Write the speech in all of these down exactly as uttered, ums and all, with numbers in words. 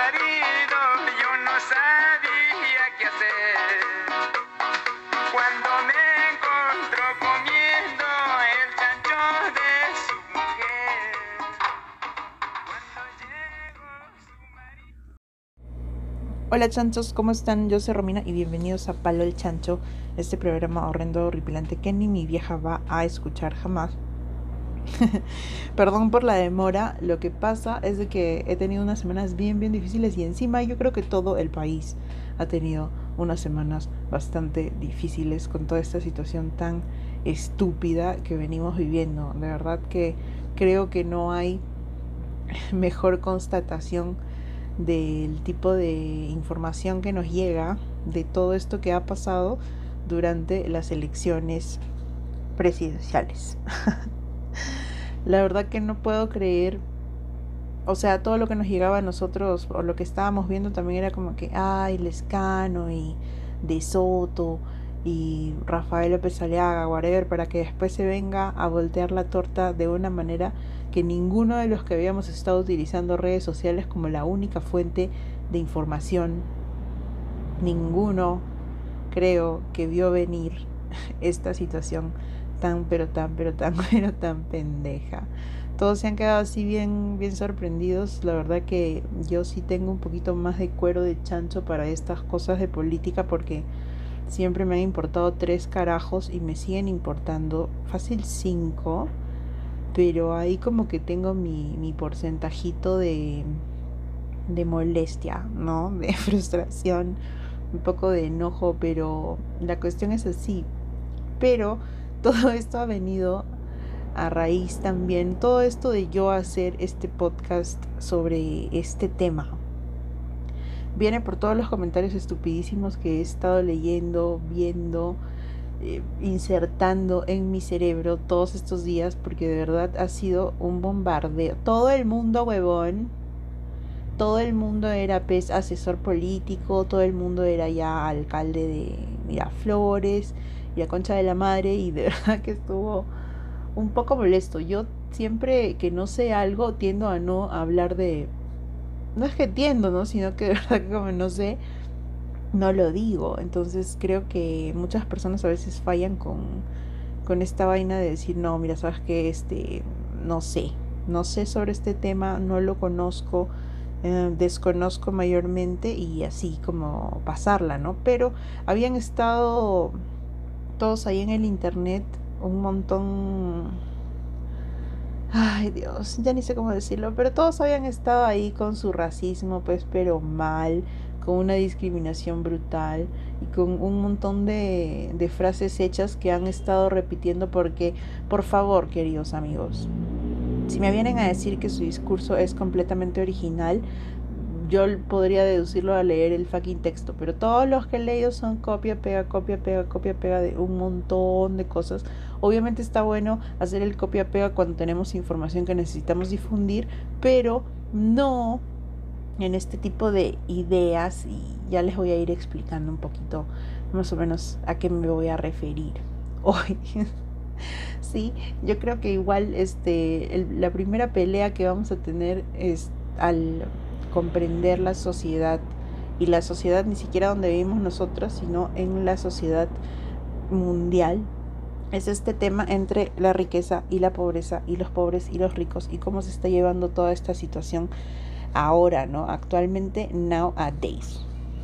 marido, yo no sabía qué hacer. Cuando me encontró comiendo el chancho de su mujer. Cuando llegó su marido. Hola chanchos, ¿cómo están? Yo soy Romina y bienvenidos a Palo el Chancho, este programa horrendo, horripilante que ni mi vieja va a escuchar jamás. Perdón por la demora, lo que pasa es de que he tenido unas semanas bien, bien difíciles y encima yo creo que todo el país ha tenido unas semanas bastante difíciles con toda esta situación tan estúpida que venimos viviendo. De verdad que creo que no hay mejor constatación del tipo de información que nos llega de todo esto que ha pasado durante las elecciones presidenciales. La verdad que no puedo creer, o sea, todo lo que nos llegaba a nosotros o lo que estábamos viendo también era como que, ay, Lescano y De Soto y Rafael López Aliaga, whatever, para que después se venga a voltear la torta de una manera que ninguno de los que habíamos estado utilizando redes sociales como la única fuente de información, ninguno creo que vio venir esta situación tan pero tan pero tan pero tan pendeja. Todos se han quedado así bien bien sorprendidos. La verdad que yo sí tengo un poquito más de cuero de chancho para estas cosas de política porque siempre me han importado tres carajos y me siguen importando fácil cinco, pero ahí como que tengo mi, mi porcentajito de, de molestia, ¿no? De frustración, un poco de enojo, pero la cuestión es así. Pero todo esto ha venido a raíz también, todo esto de yo hacer este podcast sobre este tema, viene por todos los comentarios estupidísimos que he estado leyendo, viendo, eh, insertando en mi cerebro todos estos días, porque de verdad ha sido un bombardeo. Todo el mundo, huevón, todo el mundo era pues asesor político, todo el mundo era ya alcalde de Miraflores y la concha de la madre, y de verdad que estuvo un poco molesto. Yo siempre que no sé algo tiendo a no hablar de, no es que tiendo, ¿no? Sino que de verdad que como no sé, no lo digo. Entonces creo que muchas personas a veces fallan con, con esta vaina de decir, no, mira, sabes que este, no sé, no sé sobre este tema, no lo conozco, eh, desconozco mayormente, y así como pasarla, ¿no? Pero habían estado todos ahí en el internet un montón. Ay Dios, ya ni sé cómo decirlo, pero todos habían estado ahí con su racismo, pues, pero mal, con una discriminación brutal y con un montón de, de frases hechas que han estado repitiendo porque, por favor, queridos amigos, si me vienen a decir que su discurso es completamente original, yo podría deducirlo a leer el fucking texto, pero todos los que he leído son copia, pega, copia, pega, copia, pega de un montón de cosas. Obviamente está bueno hacer el copia, pega cuando tenemos información que necesitamos difundir, pero no en este tipo de ideas, y ya les voy a ir explicando un poquito más o menos a qué me voy a referir hoy. Sí, yo creo que igual este el, la primera pelea que vamos a tener es al comprender la sociedad, y la sociedad ni siquiera donde vivimos nosotros, sino en la sociedad mundial, es este tema entre la riqueza y la pobreza, y los pobres y los ricos, y cómo se está llevando toda esta situación ahora, ¿no? Actualmente, nowadays.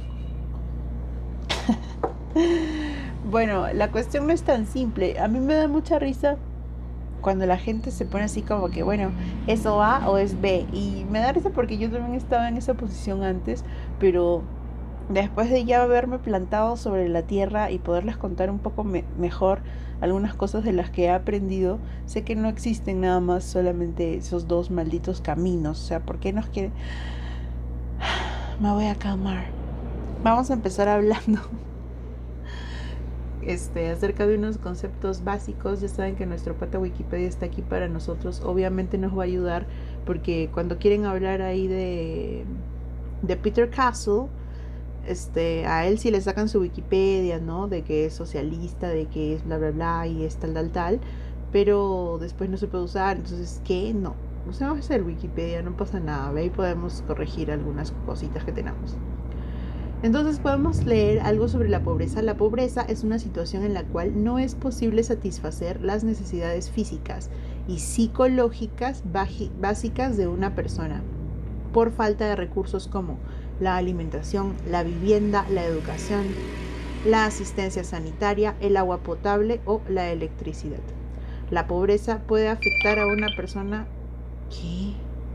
Bueno, la cuestión no es tan simple. A mí me da mucha risa cuando la gente se pone así como que, bueno, ¿es o A o es B? Y me da risa porque yo también estaba en esa posición antes, pero después de ya haberme plantado sobre la tierra y poderles contar un poco me- mejor algunas cosas de las que he aprendido, sé que no existen nada más solamente esos dos malditos caminos. O sea, ¿por qué nos quieren? Me voy a calmar. Vamos a empezar hablando Este, acerca de unos conceptos básicos. Ya saben que nuestro pata Wikipedia está aquí para nosotros. Obviamente nos va a ayudar porque cuando quieren hablar ahí de, de Peter Castle, este, a él sí le sacan su Wikipedia, ¿no? De que es socialista, de que es bla bla bla y es tal tal tal, pero después no se puede usar. Entonces, ¿qué? No. Usemos el Wikipedia, no pasa nada. Ahí podemos corregir algunas cositas que tenemos. Entonces podemos leer algo sobre la pobreza. La pobreza es una situación en la cual no es posible satisfacer las necesidades físicas y psicológicas básicas de una persona por falta de recursos como la alimentación, la vivienda, la educación, la asistencia sanitaria, el agua potable o la electricidad. La pobreza puede afectar a una persona... ¿Qué?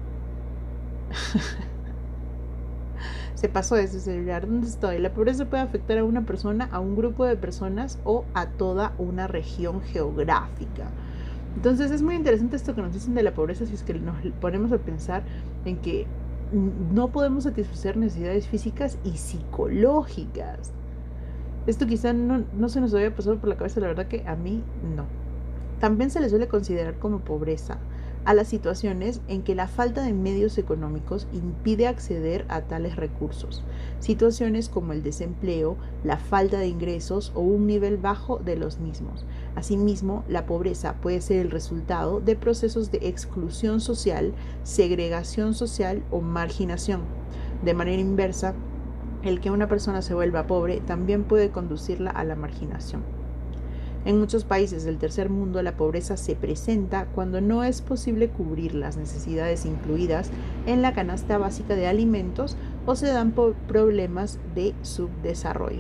Se pasó ese celular. ¿Dónde estoy? La pobreza puede afectar a una persona, a un grupo de personas o a toda una región geográfica. Entonces es muy interesante esto que nos dicen de la pobreza, si es que nos ponemos a pensar en que no podemos satisfacer necesidades físicas y psicológicas. Esto quizá no, no se nos había pasado por la cabeza, la verdad que a mí no. También se le suele considerar como pobreza a las situaciones en que la falta de medios económicos impide acceder a tales recursos. Situaciones como el desempleo, la falta de ingresos o un nivel bajo de los mismos. Asimismo, la pobreza puede ser el resultado de procesos de exclusión social, segregación social o marginación. De manera inversa, el que una persona se vuelva pobre también puede conducirla a la marginación. En muchos países del tercer mundo, la pobreza se presenta cuando no es posible cubrir las necesidades incluidas en la canasta básica de alimentos o se dan por problemas de subdesarrollo.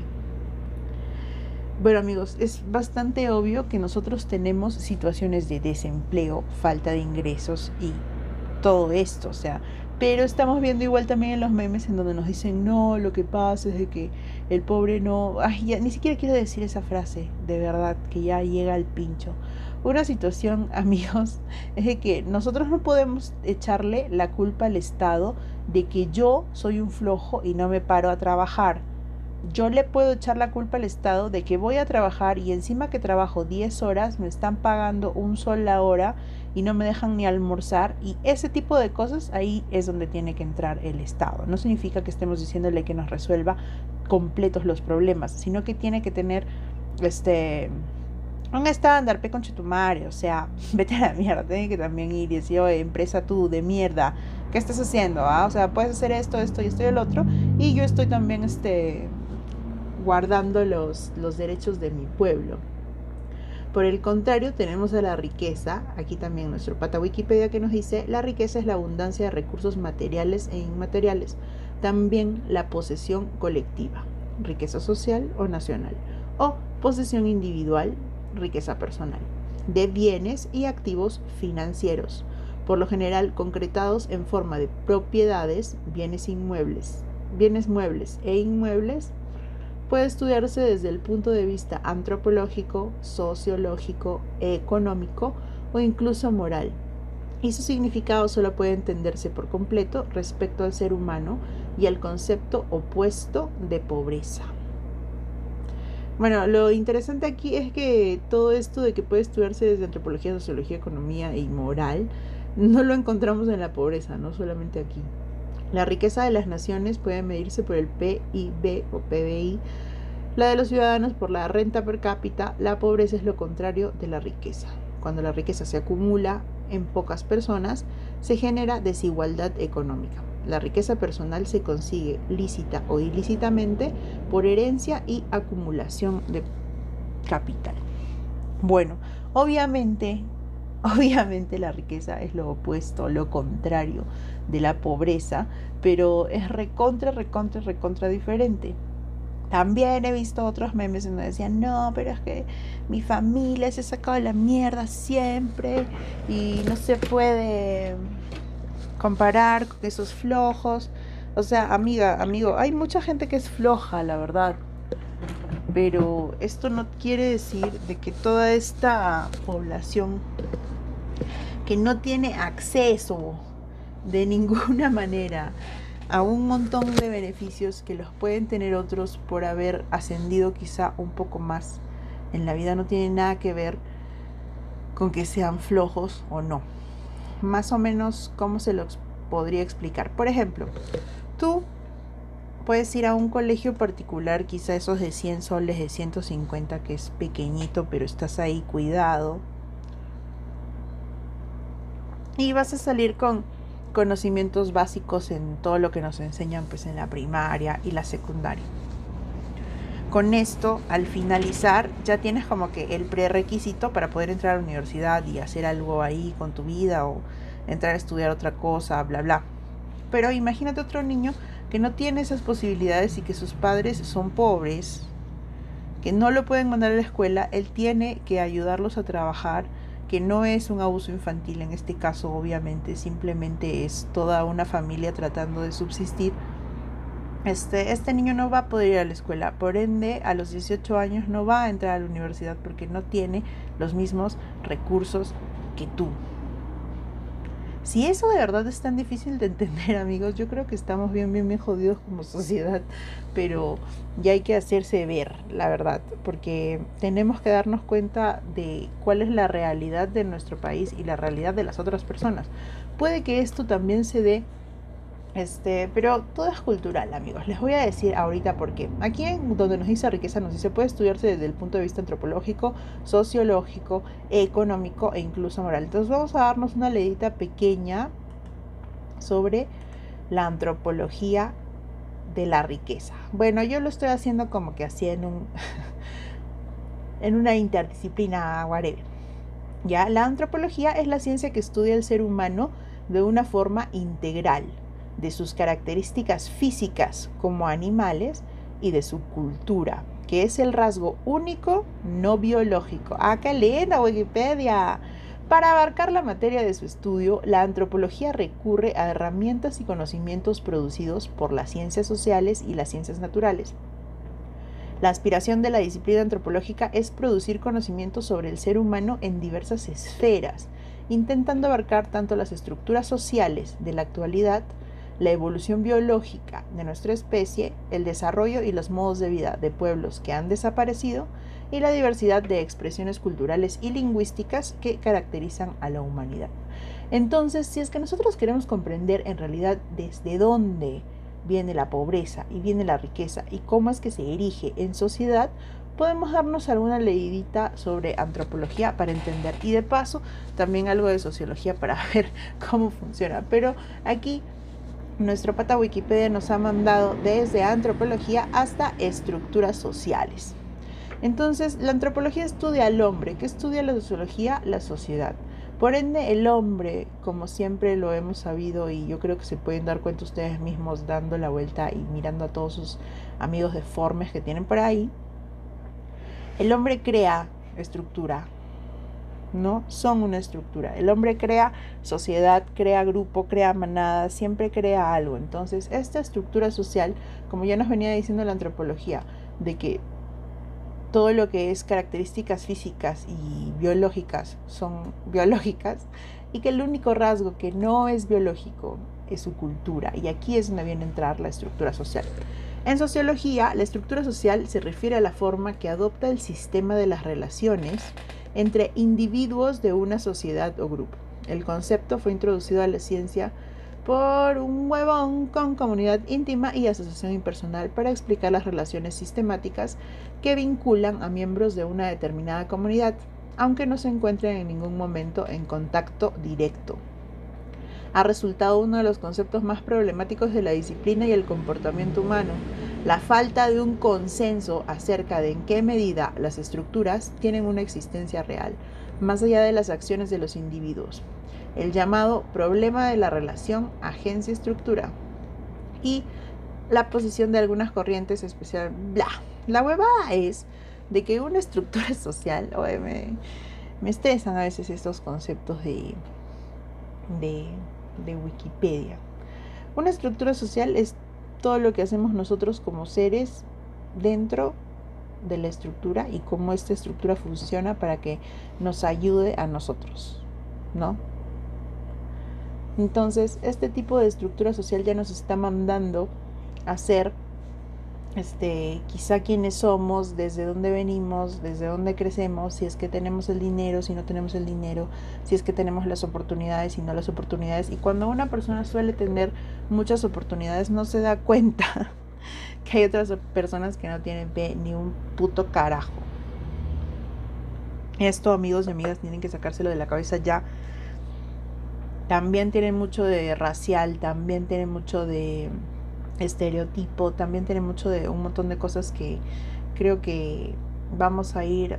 Bueno, amigos, es bastante obvio que nosotros tenemos situaciones de desempleo, falta de ingresos y todo esto, o sea, pero estamos viendo igual también en los memes en donde nos dicen, no, lo que pasa es de que el pobre no... Ay, ya, ni siquiera quiero decir esa frase, de verdad, que ya llega al pincho. Una situación, amigos, es de que nosotros no podemos echarle la culpa al Estado de que yo soy un flojo y no me paro a trabajar. Yo le puedo echar la culpa al Estado de que voy a trabajar y encima que trabajo diez horas me están pagando un sol la hora y no me dejan ni almorzar, y ese tipo de cosas, ahí es donde tiene que entrar el Estado. No significa que estemos diciéndole que nos resuelva completos los problemas, sino que tiene que tener este un estándar, pe conchetumare, o sea, vete a la mierda, tiene que también ir y decir, oye, empresa tú de mierda, ¿qué estás haciendo? Ah? O sea, puedes hacer esto, esto y esto y el otro, y yo estoy también este guardando los, los derechos de mi pueblo. Por el contrario, tenemos a la riqueza, aquí también nuestro pata Wikipedia que nos dice, la riqueza es la abundancia de recursos materiales e inmateriales, también la posesión colectiva, riqueza social o nacional, o posesión individual, riqueza personal, de bienes y activos financieros, por lo general concretados en forma de propiedades, bienes inmuebles, bienes muebles e inmuebles. Puede estudiarse desde el punto de vista antropológico, sociológico, económico o incluso moral. Y su significado solo puede entenderse por completo respecto al ser humano y al concepto opuesto de pobreza. Bueno, lo interesante aquí es que todo esto de que puede estudiarse desde antropología, sociología, economía y moral, no lo encontramos en la pobreza, no solamente aquí. La riqueza de las naciones puede medirse por el P I B o P B I, la de los ciudadanos por la renta per cápita. La pobreza es lo contrario de la riqueza. Cuando la riqueza se acumula en pocas personas, se genera desigualdad económica. La riqueza personal se consigue lícita o ilícitamente por herencia y acumulación de capital. Bueno, obviamente... Obviamente la riqueza es lo opuesto, lo contrario de la pobreza, pero es recontra, recontra, recontra diferente. También he visto otros memes donde decían, no, pero es que mi familia se ha sacado la mierda siempre y no se puede comparar con esos flojos. O sea, amiga, amigo, hay mucha gente que es floja, la verdad. Pero esto no quiere decir de que toda esta población que no tiene acceso de ninguna manera a un montón de beneficios que los pueden tener otros por haber ascendido quizá un poco más en la vida, no tiene nada que ver con que sean flojos o no. Más o menos, ¿cómo se los podría explicar? Por ejemplo, tú puedes ir a un colegio particular, quizá esos de cien soles, de ciento cincuenta, que es pequeñito, pero estás ahí cuidado. y vas a salir con conocimientos básicos en todo lo que nos enseñan pues en la primaria y la secundaria. Con esto, al finalizar, ya tienes como que el prerequisito para poder entrar a la universidad y hacer algo ahí con tu vida o entrar a estudiar otra cosa, bla, bla. Pero imagínate otro niño que no tiene esas posibilidades y que sus padres son pobres, que no lo pueden mandar a la escuela. Él tiene que ayudarlos a trabajar, que no es un abuso infantil en este caso, obviamente, simplemente es toda una familia tratando de subsistir. Este, este niño no va a poder ir a la escuela, por ende a los dieciocho años no va a entrar a la universidad porque no tiene los mismos recursos que tú. Si eso de verdad es tan difícil de entender, amigos, yo creo que estamos bien, bien, bien jodidos como sociedad, pero ya hay que hacerse ver, la verdad, porque tenemos que darnos cuenta de cuál es la realidad de nuestro país y la realidad de las otras personas. Puede que esto también se dé Este, pero todo es cultural, amigos. Les voy a decir ahorita por qué. Aquí en donde nos dice riqueza, nos dice puede estudiarse desde el punto de vista antropológico, sociológico, económico e incluso moral. Entonces vamos a darnos una leidita pequeña sobre la antropología de la riqueza. Bueno, yo lo estoy haciendo como que así en un en una interdisciplina, whatever. Ya, la antropología es la ciencia que estudia el ser humano de una forma integral, de sus características físicas como animales y de su cultura, que es el rasgo único no biológico. ¡Ah, qué linda Wikipedia! Para abarcar la materia de su estudio, la antropología recurre a herramientas y conocimientos producidos por las ciencias sociales y las ciencias naturales. La aspiración de la disciplina antropológica es producir conocimiento sobre el ser humano en diversas esferas, intentando abarcar tanto las estructuras sociales de la actualidad, la evolución biológica de nuestra especie, el desarrollo y los modos de vida de pueblos que han desaparecido y la diversidad de expresiones culturales y lingüísticas que caracterizan a la humanidad. Entonces, si es que nosotros queremos comprender en realidad desde dónde viene la pobreza y viene la riqueza y cómo es que se erige en sociedad, podemos darnos alguna leidita sobre antropología para entender y de paso también algo de sociología para ver cómo funciona. Pero aquí nuestro pata Wikipedia nos ha mandado desde antropología hasta estructuras sociales. Entonces, la antropología estudia al hombre. ¿Qué estudia la sociología? La sociedad. Por ende, el hombre, como siempre lo hemos sabido, y yo creo que se pueden dar cuenta ustedes mismos dando la vuelta y mirando a todos sus amigos deformes que tienen por ahí, el hombre crea estructura, ¿no? Son una estructura. El hombre crea sociedad, crea grupo, crea manada, siempre crea algo. Entonces, esta estructura social, como ya nos venía diciendo la antropología, de que todo lo que es características físicas y biológicas son biológicas y que el único rasgo que no es biológico es su cultura. Y aquí es donde viene a entrar la estructura social. En sociología, la estructura social se refiere a la forma que adopta el sistema de las relaciones entre individuos de una sociedad o grupo. El concepto fue introducido a la ciencia por un huevón con comunidad íntima y asociación impersonal para explicar las relaciones sistemáticas que vinculan a miembros de una determinada comunidad, aunque no se encuentren en ningún momento en contacto directo. Ha resultado uno de los conceptos más problemáticos de la disciplina y el comportamiento humano. La falta de un consenso acerca de en qué medida las estructuras tienen una existencia real, más allá de las acciones de los individuos. El llamado problema de la relación agencia-estructura y la posición de algunas corrientes especial, bla. La huevada es de que una estructura social, oye, me, me estresan a veces estos conceptos de, de, de Wikipedia. Una estructura social es todo lo que hacemos nosotros como seres dentro de la estructura y cómo esta estructura funciona para que nos ayude a nosotros, ¿no? Entonces, este tipo de estructura social ya nos está mandando a ser este, quizá quiénes somos, desde dónde venimos, desde dónde crecemos, si es que tenemos el dinero, si no tenemos el dinero, si es que tenemos las oportunidades y no las oportunidades. Y cuando una persona suele tener muchas oportunidades, no se da cuenta que hay otras personas que no tienen ni un puto carajo. Esto, amigos y amigas, tienen que sacárselo de la cabeza ya. también tiene mucho de racial, también tiene mucho de estereotipo, también tiene mucho de un montón de cosas que creo que vamos a ir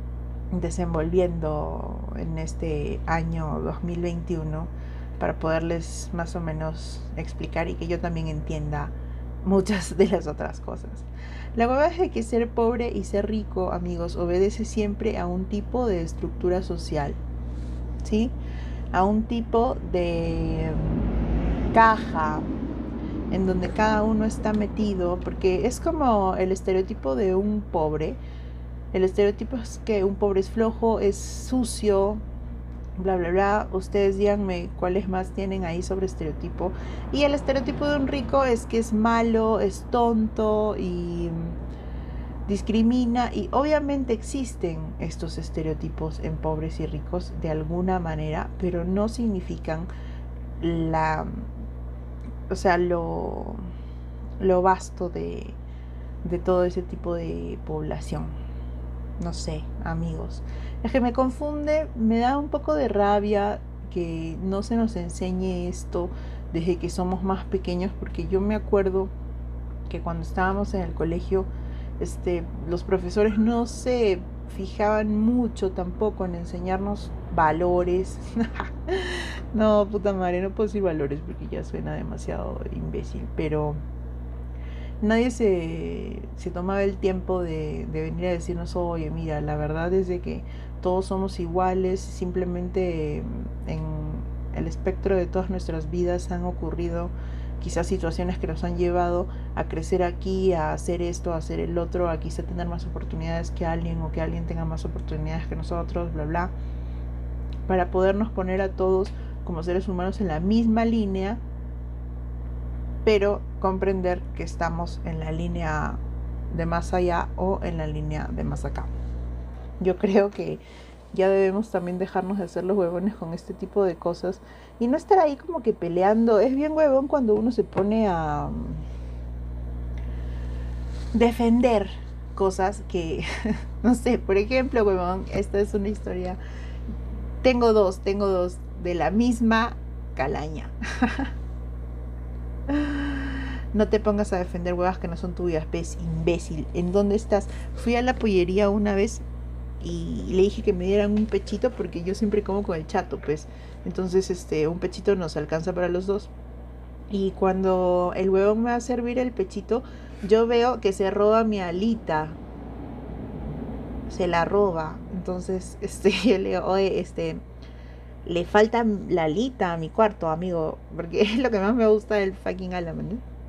desenvolviendo en este año dos mil veintiuno para poderles más o menos explicar y que yo también entienda muchas de las otras cosas. La hueva es de que ser pobre y ser rico, amigos, obedece siempre a un tipo de estructura social, ¿sí? A un tipo de caja en donde cada uno está metido, porque es como el estereotipo de un pobre. El estereotipo es que un pobre es flojo, es sucio, bla, bla, bla. Ustedes díganme cuáles más tienen ahí sobre estereotipo. Y el estereotipo de un rico es que es malo, es tonto y discrimina. Y obviamente existen estos estereotipos en pobres y ricos de alguna manera, pero no significan la, o sea, lo, lo vasto de, de todo ese tipo de población. No sé, amigos. Es que me confunde, me da un poco de rabia que no se nos enseñe esto desde que somos más pequeños, porque yo me acuerdo que cuando estábamos en el colegio, este, los profesores no se fijaban mucho tampoco en enseñarnos valores. No, puta madre, no puedo decir valores porque ya suena demasiado imbécil, pero nadie se, se tomaba el tiempo de, de venir a decirnos, oye, mira, la verdad es de que todos somos iguales, simplemente en el espectro de todas nuestras vidas han ocurrido quizás situaciones que nos han llevado a crecer aquí, a hacer esto, a hacer el otro, a quizá tener más oportunidades que alguien o que alguien tenga más oportunidades que nosotros, bla, bla, para podernos poner a todos como seres humanos en la misma línea, pero comprender que estamos en la línea de más allá o en la línea de más acá. Yo creo que ya debemos también dejarnos de hacer los huevones con este tipo de cosas y no estar ahí como que peleando. Es bien huevón cuando uno se pone a defender cosas que, no sé, por ejemplo, huevón, esta es una historia. Tengo dos, tengo dos de la misma calaña. No te pongas a defender huevas que no son tuyas, pez imbécil. ¿En dónde estás? Fui a la pollería una vez y le dije que me dieran un pechito porque yo siempre como con el chato, pues. Entonces, este, un pechito nos alcanza para los dos. Y cuando el huevón me va a servir el pechito, yo veo que se roba mi alita. Se la roba. Entonces, este, yo le digo, oye, este, le falta la alita a mi cuarto, amigo, porque es lo que más me gusta del fucking Álamo, ¿no?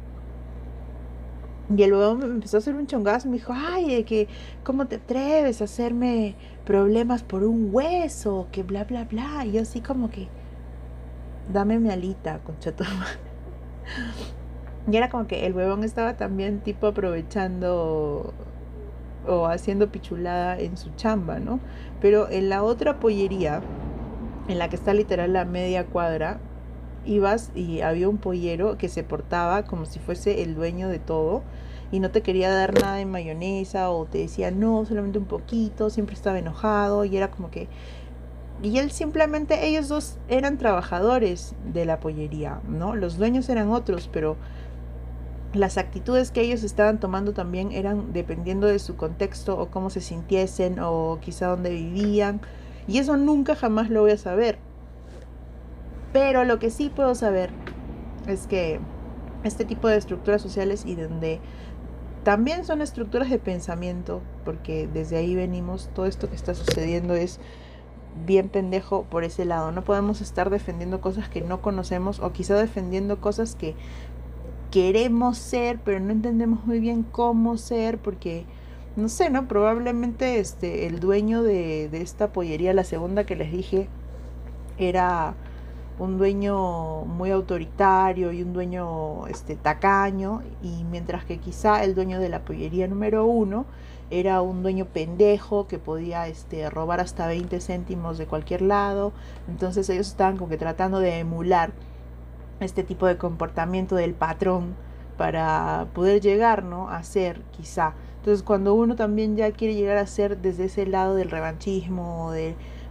Y el huevón me empezó a hacer un chongazo, me dijo, ay, de que, ¿cómo te atreves a hacerme problemas por un hueso? Que bla, bla, bla. Y yo así como que, dame mi alita, concha tu madre. Y era como que el huevón estaba también tipo aprovechando o haciendo pichulada en su chamba, ¿no? Pero en la otra pollería, en la que está literal la media cuadra, ibas y había un pollero que se portaba como si fuese el dueño de todo y no te quería dar nada de mayonesa o te decía no, solamente un poquito, siempre estaba enojado y era como que... Y él simplemente, ellos dos eran trabajadores de la pollería, ¿no? Los dueños eran otros, pero las actitudes que ellos estaban tomando también eran dependiendo de su contexto o cómo se sintiesen o quizá dónde vivían. Y eso nunca jamás lo voy a saber. Pero lo que sí puedo saber es que este tipo de estructuras sociales y donde también son estructuras de pensamiento, porque desde ahí venimos, todo esto que está sucediendo es bien pendejo por ese lado. No podemos estar defendiendo cosas que no conocemos o quizá defendiendo cosas que queremos ser, pero no entendemos muy bien cómo ser, porque no sé, ¿no? Probablemente este, el dueño de, de esta pollería, la segunda que les dije, era un dueño muy autoritario y un dueño este, tacaño, y mientras que quizá el dueño de la pollería número uno era un dueño pendejo que podía este, robar hasta veinte céntimos de cualquier lado. Entonces ellos estaban como que tratando de emular este tipo de comportamiento del patrón para poder llegar, ¿no?, a ser quizá. Entonces cuando uno también ya quiere llegar a ser desde ese lado del revanchismo, de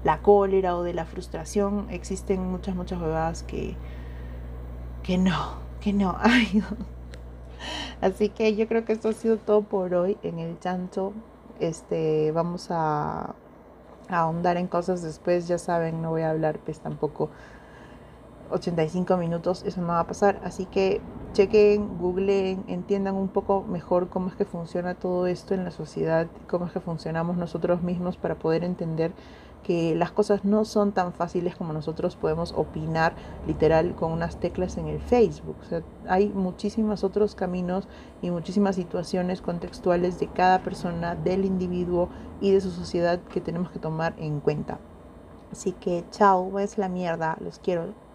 la cólera o de la frustración. Existen muchas, muchas huevadas que, que no, que no. Ay, no. Así que yo creo que esto ha sido todo por hoy en el chancho. Este, vamos a, a ahondar en cosas después, ya saben, no voy a hablar pues tampoco ochenta y cinco minutos, eso no va a pasar, así que chequen, googleen, entiendan un poco mejor cómo es que funciona todo esto en la sociedad, cómo es que funcionamos nosotros mismos para poder entender que las cosas no son tan fáciles como nosotros podemos opinar literal con unas teclas en el Facebook. O sea, hay muchísimos otros caminos y muchísimas situaciones contextuales de cada persona, del individuo y de su sociedad que tenemos que tomar en cuenta. Así que chao, es la mierda, los quiero.